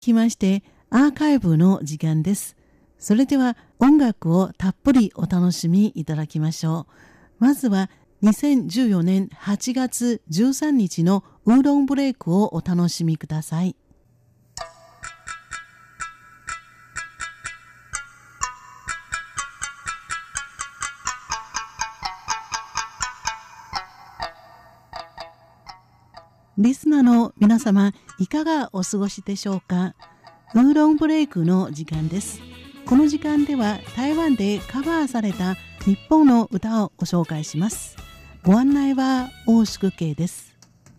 きましてアーカイブの時間です。それでは音楽をたっぷりお楽しみいただきましょう。まずは2014年8月13日のウーロンブレイクをお楽しみください。リスナーの皆様、いかがお過ごしでしょうか。ウーロンブレイクの時間です。この時間では台湾でカバーされた日本の歌をご紹介します。ご案内は大宿慶です。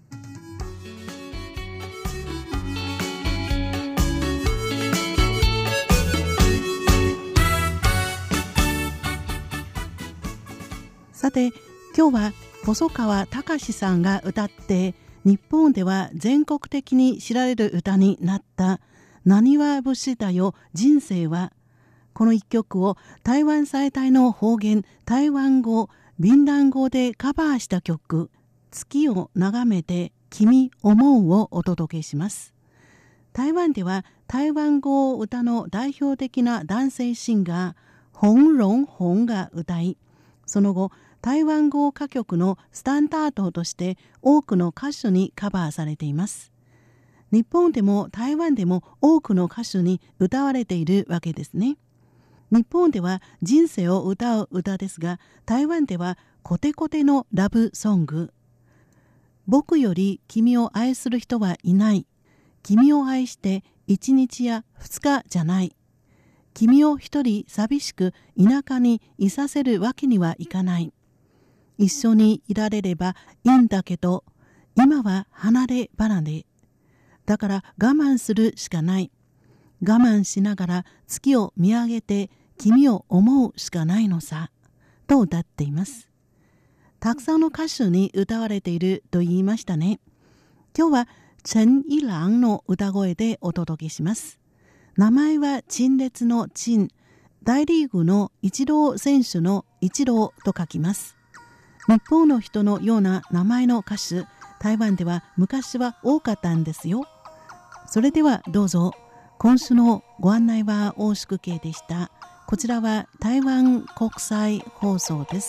さて、今日は細川たかしさんが歌って日本では全国的に知られる歌になったなにわ節だよ人生は、この一曲を台湾最大の方言台湾語ビンラン語でカバーした曲、月を眺めて君思うをお届けします。台湾では台湾語歌の代表的な男性シンガー洪榮宏が歌い、その後台湾語歌曲のスタンダードとして多くの歌手にカバーされています。日本でも台湾でも多くの歌手に歌われているわけですね。日本では人生を歌う歌ですが、台湾ではコテコテのラブソング。僕より君を愛する人はいない。君を愛して1日や2日じゃない。君を一人寂しく田舎にいさせるわけにはいかない。一緒にいられればいいんだけど、今は離れ離れ。だから我慢するしかない。我慢しながら月を見上げて君を思うしかないのさ。と歌っています。たくさんの歌手に歌われていると言いましたね。今日は陳一郎の歌声でお届けします。名前は陳列の陳、大リーグのイチロー選手のイチローと書きます。日本の人のような名前の歌手、台湾では昔は多かったんですよ。それではどうぞ。今週のご案内は大宿慶でした。こちらは台湾国際放送です。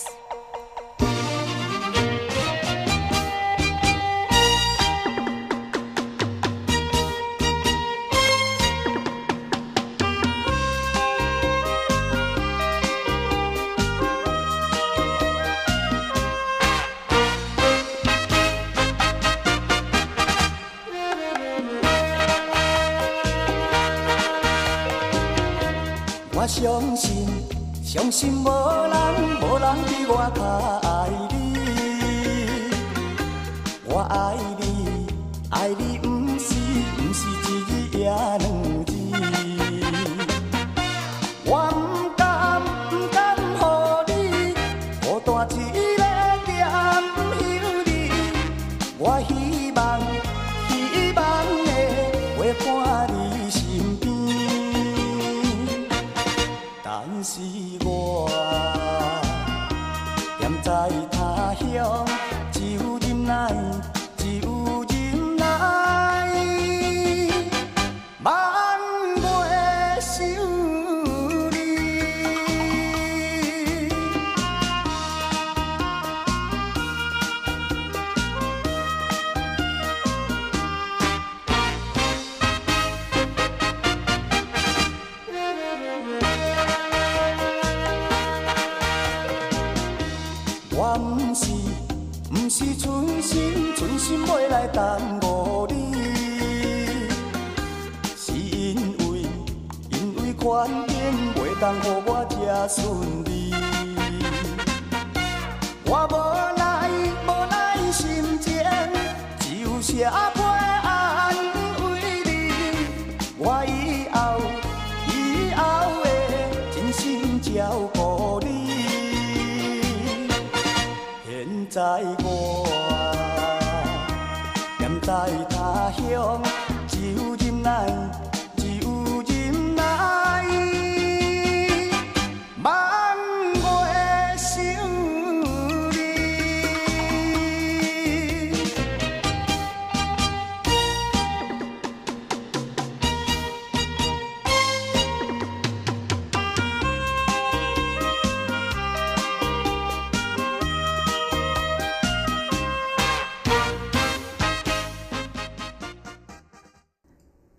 我相信，相信无人比我较爱你。我爱你，爱你不是一字也两字。我不甘予你孤单一个点休你。我希望的陪伴你身边。但是我踮在他乡，只有忍耐，只有忍耐，望袂想你。我不是存心要来耽误你，是因为环境袂当予我这顺利。我无耐心情，只有写批安慰你。我以后会真心照顾你。现在我踮在他乡，只有忍耐，只有忍耐，望袂想你。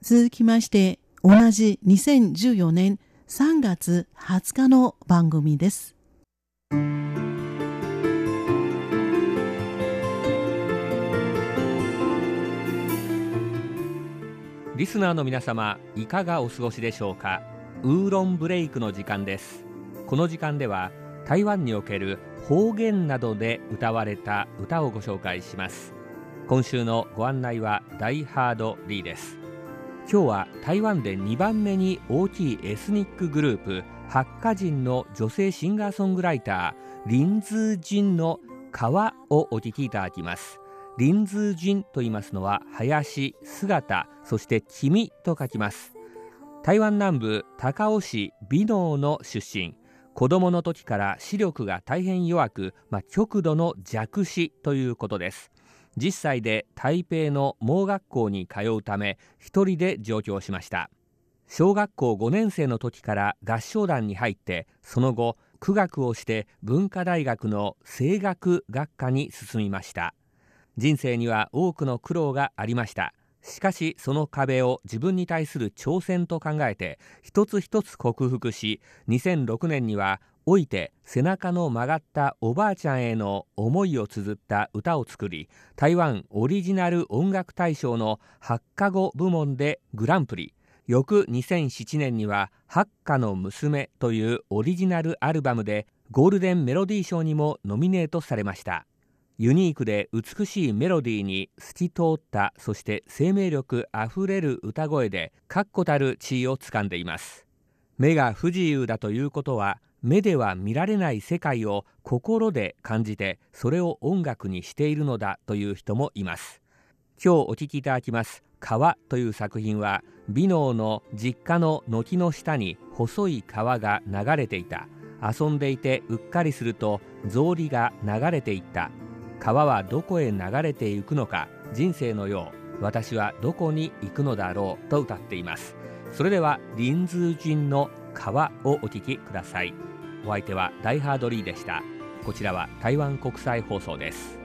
続きまして同じ2014年3月20日の番組です。 リスナーの皆様、いかがお過ごしでしょうか。ウーロンブレイクの時間です。この時間では台湾における方言などで歌われた歌をご紹介します。今週のご案内はダイハードリーです。今日は台湾で2番目に大きいエスニックグループハッカ人の女性シンガーソングライターリンズージンの川をお聴きいただきます。リンズージンと言いますのは林、姿、そして君と書きます。台湾南部高雄市美濃の出身。子供の時から視力が大変弱く、極度の弱視ということです。10歳で台北の盲学校に通うため一人で上京しました。小学校5年生の時から合唱団に入って、その後苦学をして文化大学の声楽学科に進みました。人生には多くの苦労がありました。しかしその壁を自分に対する挑戦と考えて一つ一つ克服し、2006年には老いて背中の曲がったおばあちゃんへの思いを綴った歌を作り、台湾オリジナル音楽大賞のハッカ語部門でグランプリ、翌2007年にはハッカの娘というオリジナルアルバムでゴールデンメロディー賞にもノミネートされました。ユニークで美しいメロディーに透き通った、そして生命力あふれる歌声で確固たる地位をつかんでいます。目が不自由だということは、目では見られない世界を心で感じて、それを音楽にしているのだという人もいます。今日お聴きいただきます川という作品は、美濃の実家の軒の下に細い川が流れていた。遊んでいてうっかりすると草履が流れていった。川はどこへ流れていくのか、人生のよう、私はどこに行くのだろうと歌っています。それではリンズージンの川をお聴きください。お相手はダイハードリーでした。こちらは台湾国際放送です。